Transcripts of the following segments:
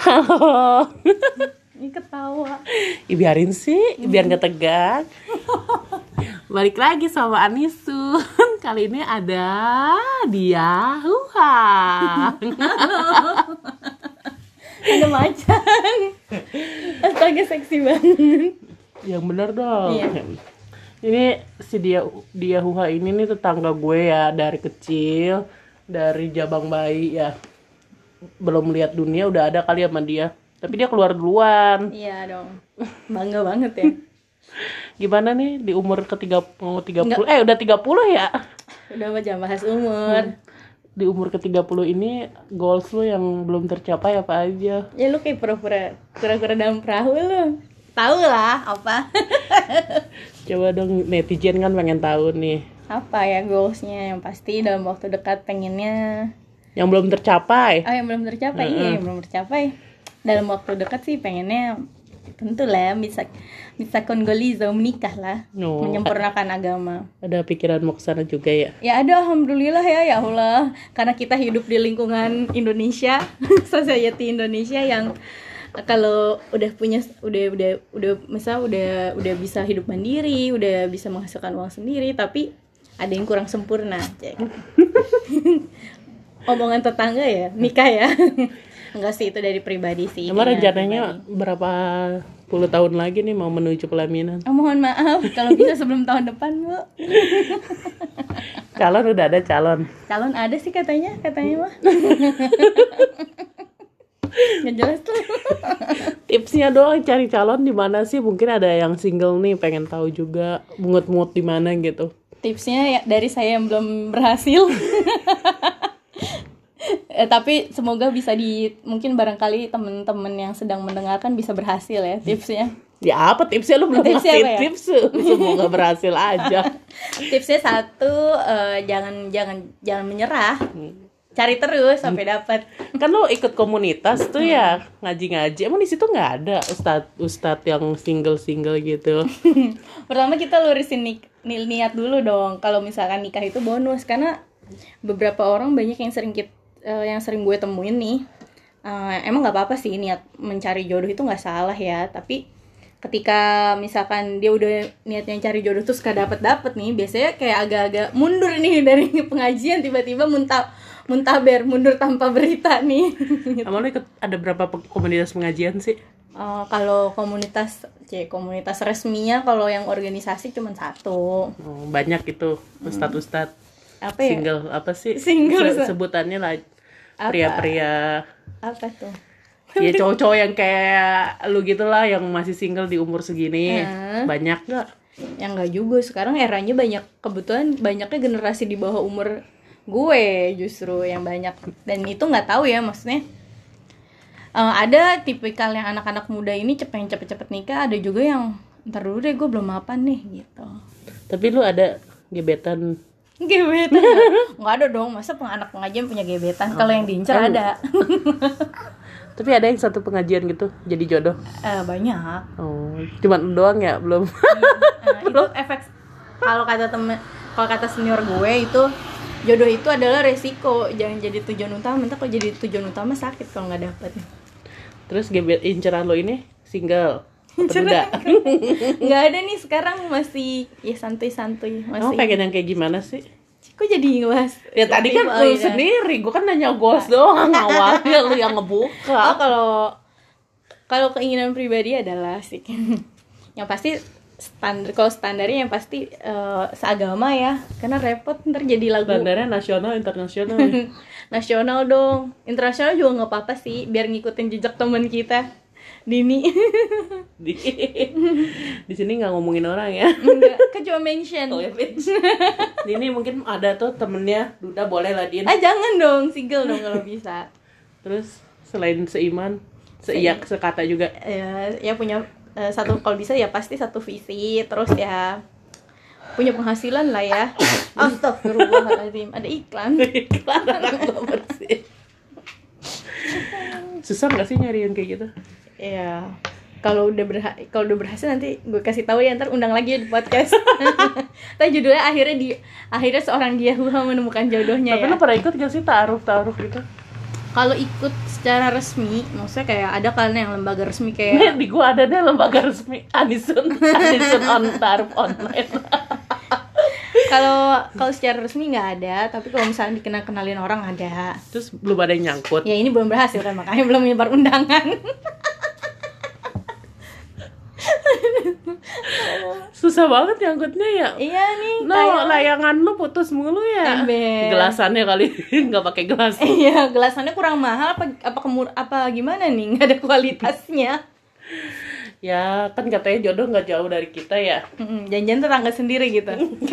Halo. Ini ketawa. Biarin sih, biar gak tegang. Balik lagi sama Anisun. Kali ini ada dia Ada macan. Astaga, seksi banget. Yang bener dong. Iya. Ini si dia Huha ini nih tetangga gue ya, dari kecil, dari jabang bayi ya. Belum lihat dunia udah ada kali sama dia. Tapi dia keluar duluan. Iya dong. Bangga banget ya. Gimana nih di umur mau 30? Udah 30 ya? Udah mah jangan bahas umur. Di umur ke-30 ini goals lu yang belum tercapai apa aja? Ya lu kayak pura-pura dalam perahu lu. Tahu lah apa? Coba dong, netizen kan pengen tahu nih. Apa ya goalsnya? Yang pasti dalam waktu dekat pengennya. Yang belum tercapai. Oh, yang belum tercapai. Iya, yang belum tercapai. Dalam waktu dekat sih pengennya tentu lah bisa Kongolizo menikah lah. No. Menyempurnakan agama. Ada pikiran mau kesana juga ya? Ya ada, alhamdulillah ya Allah. Karena kita hidup di lingkungan Indonesia, society Indonesia yang kalau udah punya udah bisa hidup mandiri, udah bisa menghasilkan uang sendiri, tapi ada yang kurang sempurna. Omongan tetangga ya, nikah ya. Enggak sih, itu dari pribadi sih. Emang rencananya berapa puluh tahun lagi nih mau menuju pelaminan? Oh, mohon maaf kalau bisa sebelum tahun depan, Bu. Calon udah ada calon. Calon ada sih katanya mah. Nggak jelas tuh. Tipsnya doang cari calon di mana sih? Mungkin ada yang single nih pengen tahu juga mungut-mungut di mana gitu. Tipsnya ya dari saya yang belum berhasil. Tapi semoga bisa mungkin barangkali temen-temen yang sedang mendengarkan bisa berhasil ya tipsnya. Ya apa tipsnya, lu belum Tipsnya ngasih apa ya? tips. Semoga berhasil aja. Tipsnya satu, jangan menyerah. Cari terus sampai dapat. Kan lo ikut komunitas tuh ya, ngaji-ngaji. Emang di situ nggak ada ustadz yang single gitu? Pertama kita lurusin niat dulu dong. Kalau misalkan nikah itu bonus, karena beberapa orang banyak yang sering gue temuin nih. Emang nggak apa-apa sih niat mencari jodoh itu nggak salah ya. Tapi ketika misalkan dia udah niatnya cari jodoh terus gak dapet nih, biasanya kayak agak-agak mundur nih dari pengajian, tiba-tiba muntaber, mundur tanpa berita nih. Emang lo ikut ada berapa komunitas pengajian sih? Kalau komunitas resminya, kalau yang organisasi cuma satu. Banyak itu ustadz Apa ya? single apa sih? Single. Sebutannya lah Apa? pria-pria. Apa tuh? Ya cowok-cowok yang kayak lu gitulah, yang masih single di umur segini. Banyak gak? Yang nggak juga, sekarang eranya kebetulan banyaknya generasi di bawah umur gue justru yang banyak. Dan itu nggak tahu ya, maksudnya ada tipikal yang anak-anak muda ini pengen cepet-cepet nikah, ada juga yang ntar dulu deh gue belum mapan nih gitu. Tapi lu ada gebetan? Nggak ada dong, masa anak pengajian punya gebetan? Kalau yang diincar ada. Tapi ada yang satu pengajian gitu jadi jodoh? Banyak. Cuman lu doang ya belum? Itu efek. Kalau kata senior gue itu, jodoh itu adalah resiko, jangan jadi tujuan utama. Entah kalau jadi tujuan utama sakit kalau nggak dapet. Terus inceran lo ini single? Udah? Nggak ada nih sekarang, masih ya santuy. Kamu pengen yang kayak gimana sih? Kok jadi ngebahas? Ya tadi kan lu sendiri, gue kan nanya goals doang awalnya, lu yang ngebuka. Kalau keinginan pribadi adalah sih yang pasti standarnya yang pasti seagama ya, karena repot ntar jadi lagu. Standarnya nasional, internasional. Nasional dong, internasional juga nggak apa-apa sih, biar ngikutin jejak teman kita Dini. Di sini nggak ngomongin orang ya. Enggak, kan cuma mention. Dini mungkin ada tuh temennya, Duda boleh lah Din. Jangan dong, single dong kalau bisa. Terus selain seiman, sekata juga. Ya punya satu, kalau bisa ya pasti satu visi, terus ya punya penghasilan lah ya. Astagfirullahaladzim, ada iklan. Bersih. Susah nggak sih nyari yang kayak gitu? Ya, kalau udah berhasil nanti gue kasih tahu ya, ntar undang lagi di podcast. Tapi judulnya akhirnya seorang dia menemukan jodohnya. Tapi ya. lo pernah ikut gak sih ta'aruf gitu? Kalau ikut secara resmi, maksudnya kayak ada kan yang lembaga resmi kayak Di gua ada deh lembaga resmi Anisun on tarif online. kalau secara resmi nggak ada, tapi kalau misalnya kenalin orang ada. Terus belum ada yang nyangkut. Ya ini belum berhasil kan, makanya belum menyebar undangan. Susah banget nyangkutnya ya. Iya nih. No, layangan lu putus mulu ya. Ember. Gelasannya kali nggak pakai gelas. Iya, gelasannya kurang mahal apa gimana nih, nggak ada kualitasnya. Ya kan katanya jodoh nggak jauh dari kita ya. Jangan-jangan tetangga sendiri gitu.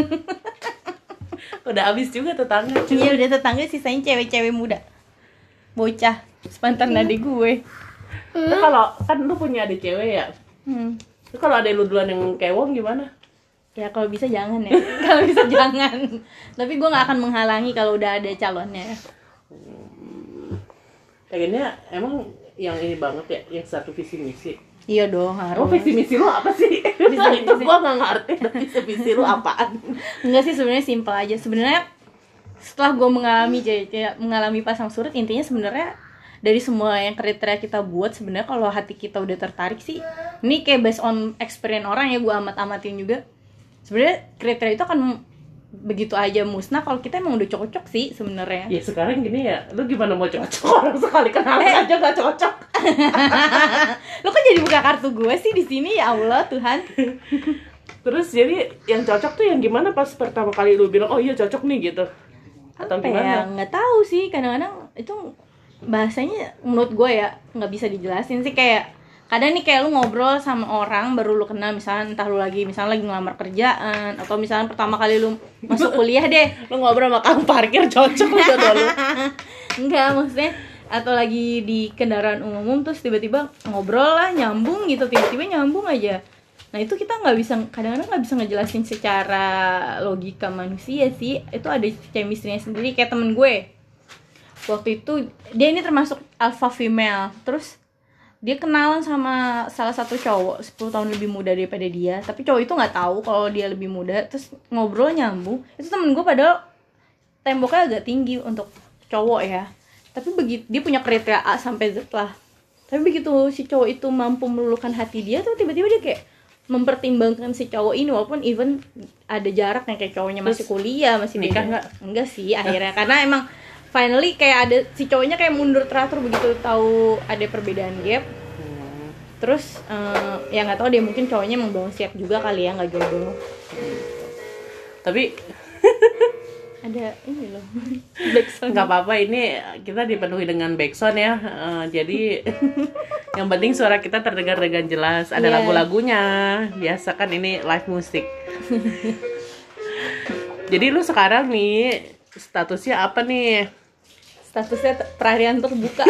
Udah habis juga tetangga. Iya udah tetangga, sisain cewek-cewek muda, bocah sepantaran adik gue. Nah, kalau kan lu punya adik cewek ya. Terus kalau ada lu duluan yang kewong gimana? Ya kalau bisa jangan ya. Kalau bisa jangan. Tapi gue nggak akan menghalangi kalau udah ada calonnya. Kayaknya emang yang ini banget ya, yang satu visi misi. Iya dong, harus. Oh, visi misi lu apa sih? Itu gua nggak ngerti. Visi misi lu apaan? Enggak sih, sebenarnya simpel aja. Sebenarnya setelah gue mengalami pasang surut, intinya sebenarnya dari semua yang kriteria kita buat, sebenarnya kalau hati kita udah tertarik sih, ini kayak based on experience orang ya, gue amat-amatin juga. Sebenarnya kriteria itu akan begitu aja musnah kalau kita emang udah cocok sih sebenarnya. Ya sekarang gini ya, lu gimana mau cocok? Orang sekali kenal aja gak cocok. Lu kan jadi buka kartu gue sih di sini, ya Allah Tuhan. Terus jadi yang cocok tuh yang gimana pas pertama kali lu bilang oh iya cocok nih gitu? Atau Apa gimana? ya, nggak tahu sih, kadang-kadang itu bahasanya menurut gue ya nggak bisa dijelasin sih. Kayak kadang nih kayak lu ngobrol sama orang baru lu kenal, misalnya entah lu lagi ngelamar kerjaan, atau misalnya pertama kali lu masuk kuliah deh, Lu ngobrol sama kang parkir cocok udah dulu. enggak maksudnya, atau lagi di kendaraan umum terus tiba-tiba ngobrol lah, nyambung gitu, tiba-tiba nyambung aja. Nah itu kita nggak bisa, kadang-kadang nggak bisa ngejelasin secara logika manusia sih, itu ada chemistry-nya sendiri. Kayak temen gue waktu itu, dia ini termasuk alpha female, terus dia kenalan sama salah satu cowok 10 tahun lebih muda daripada dia, tapi cowok itu nggak tahu kalau dia lebih muda. Terus ngobrol nyambung, itu temen gue padahal temboknya agak tinggi untuk cowok ya, tapi begitu dia punya kriteria A sampai Z lah, tapi begitu si cowok itu mampu meluluhkan hati dia tuh, tiba-tiba dia kayak mempertimbangkan si cowok ini, walaupun even ada jarak yang kayak cowoknya masih kuliah, masih nikah beda. Enggak sih akhirnya, karena emang finally kayak ada si cowoknya kayak mundur teratur begitu tahu ada perbedaan gap. Terus ya nggak tahu deh, mungkin cowoknya emang belum siap juga kali ya, nggak jodoh. Tapi Ada ini loh, backsound. nggak apa-apa, ini kita dipenuhi dengan backsound ya. Jadi yang penting suara kita terdengar dengan jelas. Ada lagu-lagunya. Biasa kan ini live musik. Jadi lu sekarang nih statusnya apa nih? Statusnya perharian terbuka.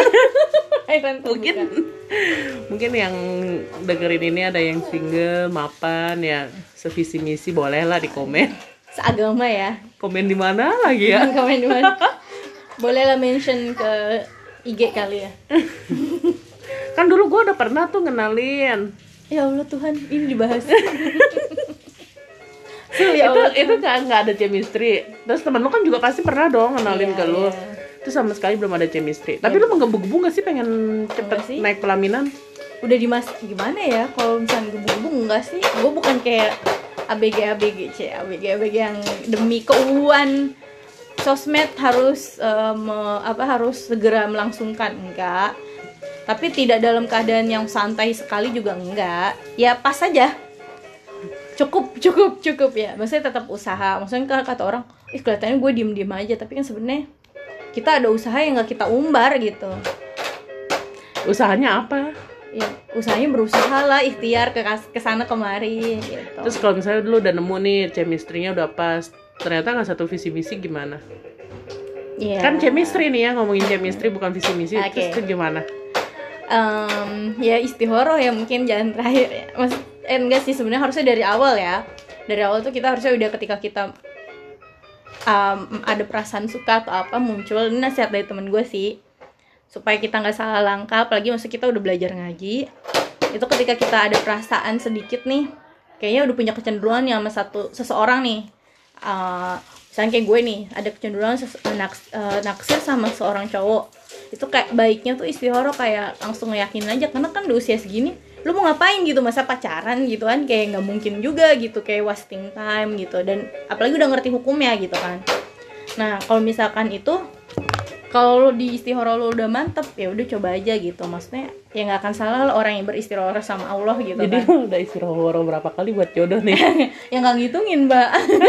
Mungkin yang dengerin ini ada yang single, mapan ya, sevisi misi, boleh lah di komen. Seagama ya. Komen di mana lagi ya? Komen di mana? Boleh lah mention ke IG kali ya. Kan dulu gue udah pernah tuh ngenalin. Ya Allah Tuhan, ini dibahas. Itu nggak ada chemistry. Terus temen lu kan juga pasti pernah dong ngenalin ke lu. Itu sama sekali belum ada chemistry. Tapi lu menggebu-gebu nggak sih pengen cepet naik pelaminan? Udah gimana ya? Kalau misalnya gebu-gebu enggak sih. Gue bukan kayak ABG yang demi keuuan sosmed harus harus segera melangsungkan, enggak. Tapi tidak dalam keadaan yang santai sekali juga enggak. Ya pas aja. Cukup ya. Maksudnya tetap usaha. Maksudnya kata orang, kelihatannya gue diem-diem aja, tapi kan sebenarnya kita ada usaha yang nggak kita umbar gitu. Usahanya apa? Ya, usahanya berusaha lah, ikhtiar ke sana kemari gitu. Terus kalau misalnya dulu udah nemu nih chemistry-nya udah pas, ternyata nggak satu visi misi gimana? Kan chemistry nih ya, ngomongin chemistry bukan visi misi. Terus itu gimana? Ya istihoroh ya mungkin jalan terakhir ya. Enggak sih, sebenarnya harusnya dari awal ya. Dari awal tuh kita harusnya udah, ketika kita ada perasaan suka atau apa muncul, ini nasihat dari temen gue sih, supaya kita nggak salah langkah. Apalagi maksud kita udah belajar ngaji, itu ketika kita ada perasaan sedikit nih, kayaknya udah punya kecenderungan ya sama seseorang nih, misalnya kayak gue nih ada kecenderungan naksir sama seorang cowok, itu kayak baiknya tuh istihoroh, kayak langsung ngeyakinin aja, karena kan di usia segini lu mau ngapain gitu, masa pacaran gitu kan, kayak nggak mungkin juga gitu, kayak wasting time gitu, dan apalagi udah ngerti hukumnya gitu kan. Nah kalau misalkan itu, kalau lo di istihoroh lo udah mantep, ya udah coba aja gitu, maksudnya ya nggak akan salah lah orang yang beristirahah sama Allah gitu. Jadi kan. udah istihoroh berapa kali buat jodoh nih? Yang nggak ngitungin mbak.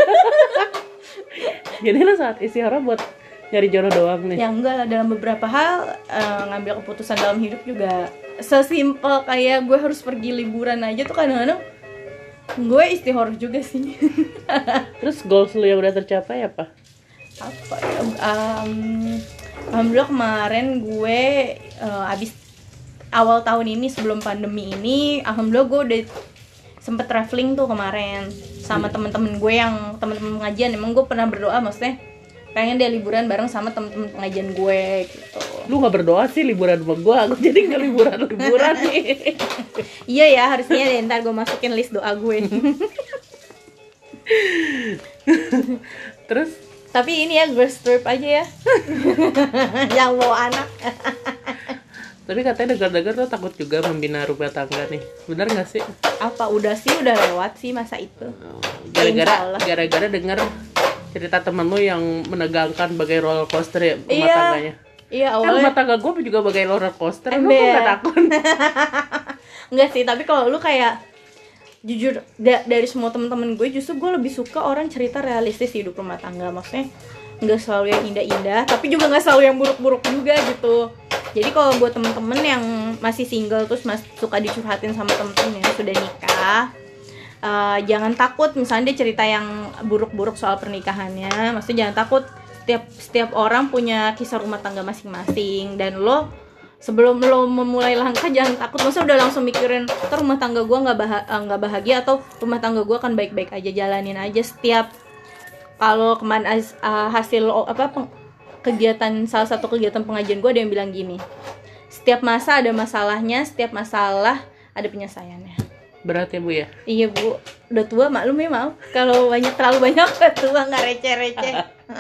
Jadi lo saat istihoroh buat nyari jodoh doang nih? Ya enggak lah, dalam beberapa hal ngambil keputusan dalam hidup juga sesimpel kayak gue harus pergi liburan aja tuh kadang-kadang gue istihoroh juga sih. Terus goals lo yang udah tercapai apa? Apa ya? Alhamdulillah kemarin gue abis awal tahun ini sebelum pandemi ini, alhamdulillah gue udah sempet traveling tuh kemarin sama temen-temen gue yang temen-temen pengajian. Emang gue pernah berdoa, maksudnya pengen dia liburan bareng sama temen-temen pengajian gue gitu. Lu nggak berdoa sih liburan sama gue, aku jadi nggak liburan nih. Iya ya, harusnya deh, ntar gue masukin list doa gue. Terus tapi ini ya girls trip aja ya. Yang bawa anak. tapi katanya dengar-dengar lo takut juga membina rumah tangga nih, benar nggak sih? Apa udah lewat sih masa itu. Gara-gara dengar cerita temen lu yang menegangkan bagai roller coaster ya rumah tangganya. Iya, awalnya rumah tangga gue juga bagai roller coaster. Lu kok nggak takut? Enggak sih, tapi kalau lu kayak jujur dari semua temen-temen gue, justru gue lebih suka orang cerita realistis hidup rumah tangga. Maksudnya nggak selalu yang indah-indah, tapi juga nggak selalu yang buruk-buruk juga gitu. Jadi kalau buat temen-temen yang masih single terus suka dicurhatin sama temen-temen yang sudah nikah, jangan takut misalnya dia cerita yang buruk-buruk soal pernikahannya. Maksudnya jangan takut, setiap orang punya kisah rumah tangga masing-masing, dan lo sebelum lo memulai langkah jangan takut. Maksudnya udah langsung mikirin ntar rumah tangga gue nggak bahagia atau rumah tangga gue akan baik-baik aja. Jalanin aja. Setiap kalau kemarin hasil kegiatan, salah satu kegiatan pengajian gue ada yang bilang gini, setiap masa ada masalahnya, setiap masalah ada penyelesaiannya. Berat ya bu ya? Iya bu, udah tua maklum ya, maaf kalau terlalu banyak tua, nggak receh-receh.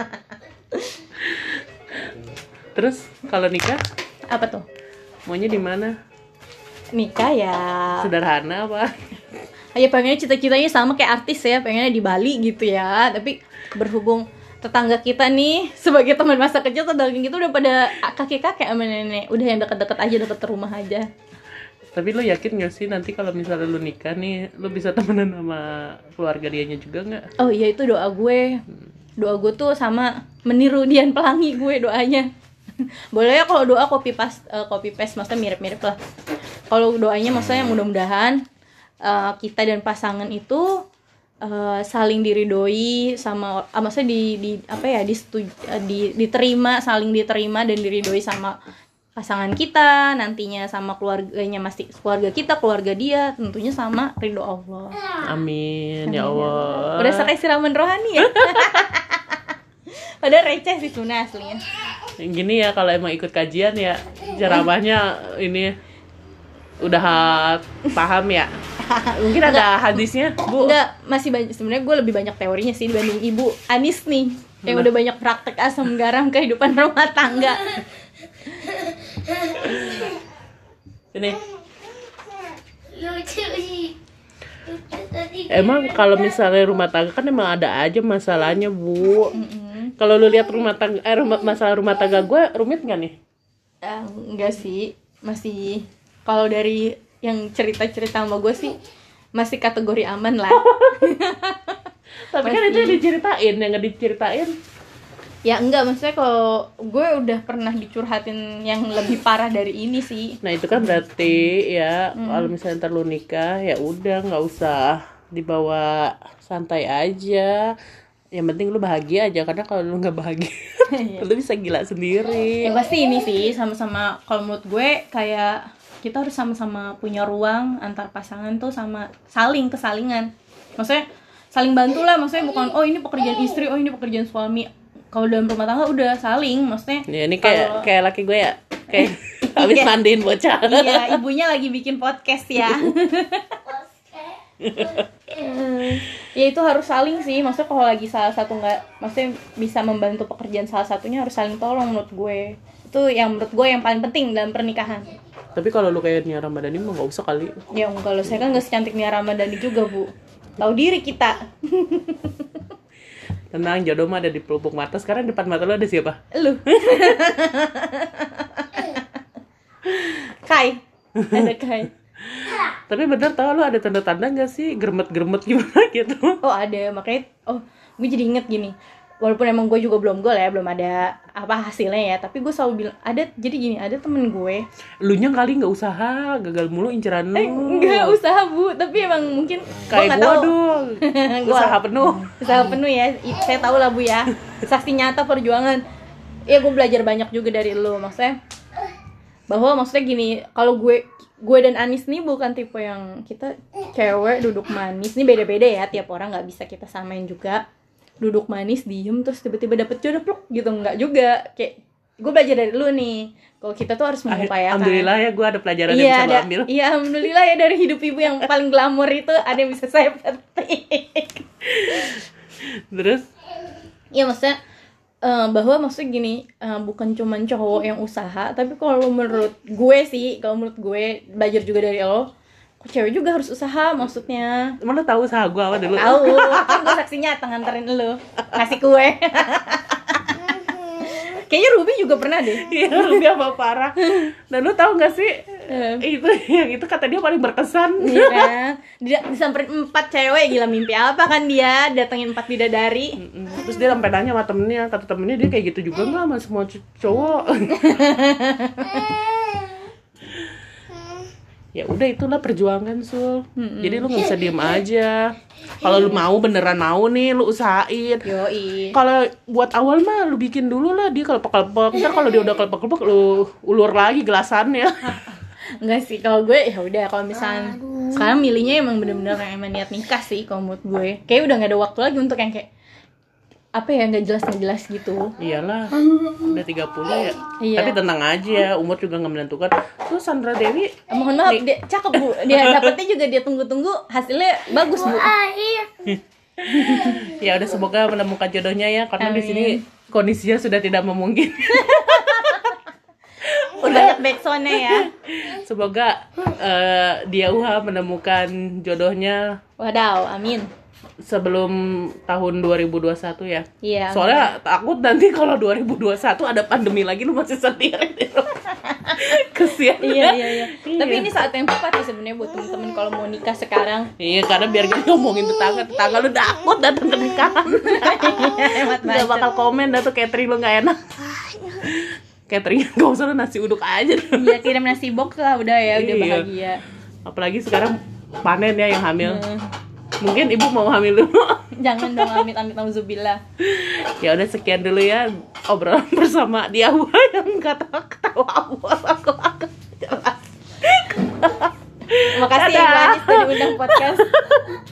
Terus kalau nikah Apa tuh? maunya di mana? Nikah ya Sederhana apa? ya pengennya cita-citanya sama kayak artis ya, pengennya di Bali gitu ya. Tapi berhubung tetangga kita nih sebagai teman masa kecil, tetangga kita udah pada kakek-kakek sama nenek, udah yang deket-deket aja, deket rumah aja. Tapi lo yakin gak sih nanti kalau misalnya lo nikah nih, lo bisa temenan sama keluarga dianya juga nggak? Oh iya, itu doa gue. Doa gue tuh sama meniru Dian Pelangi gue doanya. Boleh ya kalau doa copy paste, maksudnya mirip-mirip lah. Kalau doanya maksudnya mudah-mudahan kita dan pasangan itu saling diridoi sama, maksudnya diterima, saling diterima dan diridoi sama pasangan kita nantinya, sama keluarga kita, keluarga dia, tentunya sama ridho Allah. Amin ya Allah. Udah kayak siraman rohani ya. Padahal receh sih Suna aslinya. Gini ya, kalau emang ikut kajian ya ceramahnya ini udah paham ya. Mungkin ada hadisnya bu. Enggak, masih banyak sebenarnya. Gue lebih banyak teorinya sih dibanding Ibu Anis nih yang udah banyak praktek asam garam kehidupan rumah tangga. Ini emang kalau misalnya rumah tangga kan emang ada aja masalahnya bu. Kalau lu lihat masalah rumah tangga gue rumit nggak nih? Enggak sih, masih kalau dari yang cerita-cerita sama gue sih masih kategori aman lah. Tapi kan itu yang diceritain, yang nggak diceritain ya enggak, maksudnya kalau gue udah pernah dicurhatin yang lebih parah dari ini sih. Nah itu kan berarti ya kalau misalnya ntar lu nikah ya udah nggak usah dibawa, santai aja. Yang penting lu bahagia aja, karena kalau lu nggak bahagia lu bisa gila sendiri. Ya pasti ini sih sama-sama, kalau menurut gue kayak kita harus sama-sama punya ruang antar pasangan tuh, sama kesalingan. Maksudnya saling bantu lah, maksudnya bukan oh ini pekerjaan istri, oh ini pekerjaan suami. Kalau dalam rumah tangga udah saling, maksudnya ya ini kayak laki gue ya, kayak habis mandiin bocah. Iya, ibunya lagi bikin podcast ya. Ya itu harus saling sih, maksudnya kalau lagi salah satu nggak, maksudnya bisa membantu pekerjaan salah satunya harus saling tolong menurut gue. Itu yang menurut gue yang paling penting dalam pernikahan. Tapi kalau lu kayak Nia Ramadhani mah nggak usah kali. Ya enggak, kalau saya kan nggak secantik Nia Ramadhani juga bu, tahu diri kita. Tenang, jodoh mah ada di pelupuk mata. Sekarang depan mata lu ada siapa? Lu Kai, ada Kai. Tapi bener tau lu ada tanda-tanda gak sih germet-germet gimana gitu? Oh ada, makanya gue jadi inget gini. Walaupun emang gue juga belum goal ya, belum ada apa hasilnya ya, tapi gue selalu bilang ada. Jadi gini, ada temen gue. Lu nya kali nggak usaha, gagal mulu inceran lu. Nggak usaha bu, tapi emang mungkin kayak nggak gua tahu. dong. Usaha penuh. Usaha penuh ya, saya tahu lah bu ya. Saksi nyata perjuangan. Ya gue belajar banyak juga dari lu, maksudnya bahwa maksudnya gini, kalau gue dan Anis nih bukan tipe yang kita cewek duduk manis. Ini beda-beda ya, tiap orang nggak bisa kita samain juga. Duduk manis, diem, terus tiba-tiba dapet jodoh pluk gitu, nggak juga. Kayak gue belajar dari lu nih, kalau kita tuh harus mengupayakan. Alhamdulillah ya, gue ada pelajaran yang bisa lo ambil. Iya, alhamdulillah ya, dari hidup ibu yang paling glamor itu ada yang bisa saya petik. Terus? Ya maksudnya bahwa maksudnya gini, bukan cuman cowok yang usaha, tapi kalau menurut gue sih, kalau menurut gue belajar juga dari lo, kok cewek juga harus usaha maksudnya. Emang lo tahu usaha gue apa dulu? Tahu, kan gue saksinya nganterin lo ngasih kue. Kayaknya Ruby juga pernah deh. Iya, Ruby apa parah. Dan lo tahu nggak sih itu yang itu kata dia paling berkesan. Iya, dia disamperin 4 cewek, gila mimpi apa kan dia datengin 4 bidadari. Terus dia sampai nanya sama temennya, kata temennya dia kayak gitu juga nggak sama semua cowok. Ya udah, itulah perjuangan Sul. Jadi lu nggak bisa diem aja. Kalau lu mau beneran mau nih, lu usahain. Yoi. Kalau buat awal mah lu bikin dulu lah, dia kelepek-kelepek. Ntar kalau dia udah kelepek-kelepek lu ulur lagi gelasannya. Enggak sih, kalau gue ya udah, kalau misalnya sekarang milihnya emang bener-bener yang emang niat nikah sih kalau menurut gue. Kayak udah nggak ada waktu lagi untuk yang kayak apa ya, nggak jelas gitu. Iyalah, udah 30 ya. Iya. Tapi tenang aja, umur juga nggak menentukan. Tuh Sandra Dewi, Mohon maaf, dia cakep bu. Dia dapetnya juga dia tunggu-tunggu, hasilnya bagus bu. ya udah, semoga menemukan jodohnya ya, karena di sini kondisinya sudah tidak memungkinkan. Udah backsoundnya ya. Semoga dia menemukan jodohnya. Wadaw, amin. Sebelum tahun 2021 ya. Iya. Soalnya takut nanti kalau 2021 ada pandemi lagi lu masih sendiri di rumah. Kesian. Iya. Tapi ini saat yang tepat ya sebenarnya buat temen-temen kalau mau nikah sekarang. Iya, karena biar kita ngomongin tetangga lu takut datang ke nikahan. Hemat Udah bakal komen dah tuh catering lu nggak enak. Catering gak usah, lu nasi uduk aja. Iya, kirim nasi box lah udah ya, udah Iya. bahagia. Apalagi sekarang panen ya yang hamil. Mungkin ibu mau hamil dulu. Jangan dong, amit-amit nauzubillah. Ya udah, sekian dulu ya obrolan bersama Diawa yang ketawa aku jelas. Makasih ya Bu Anis udah diundang podcast.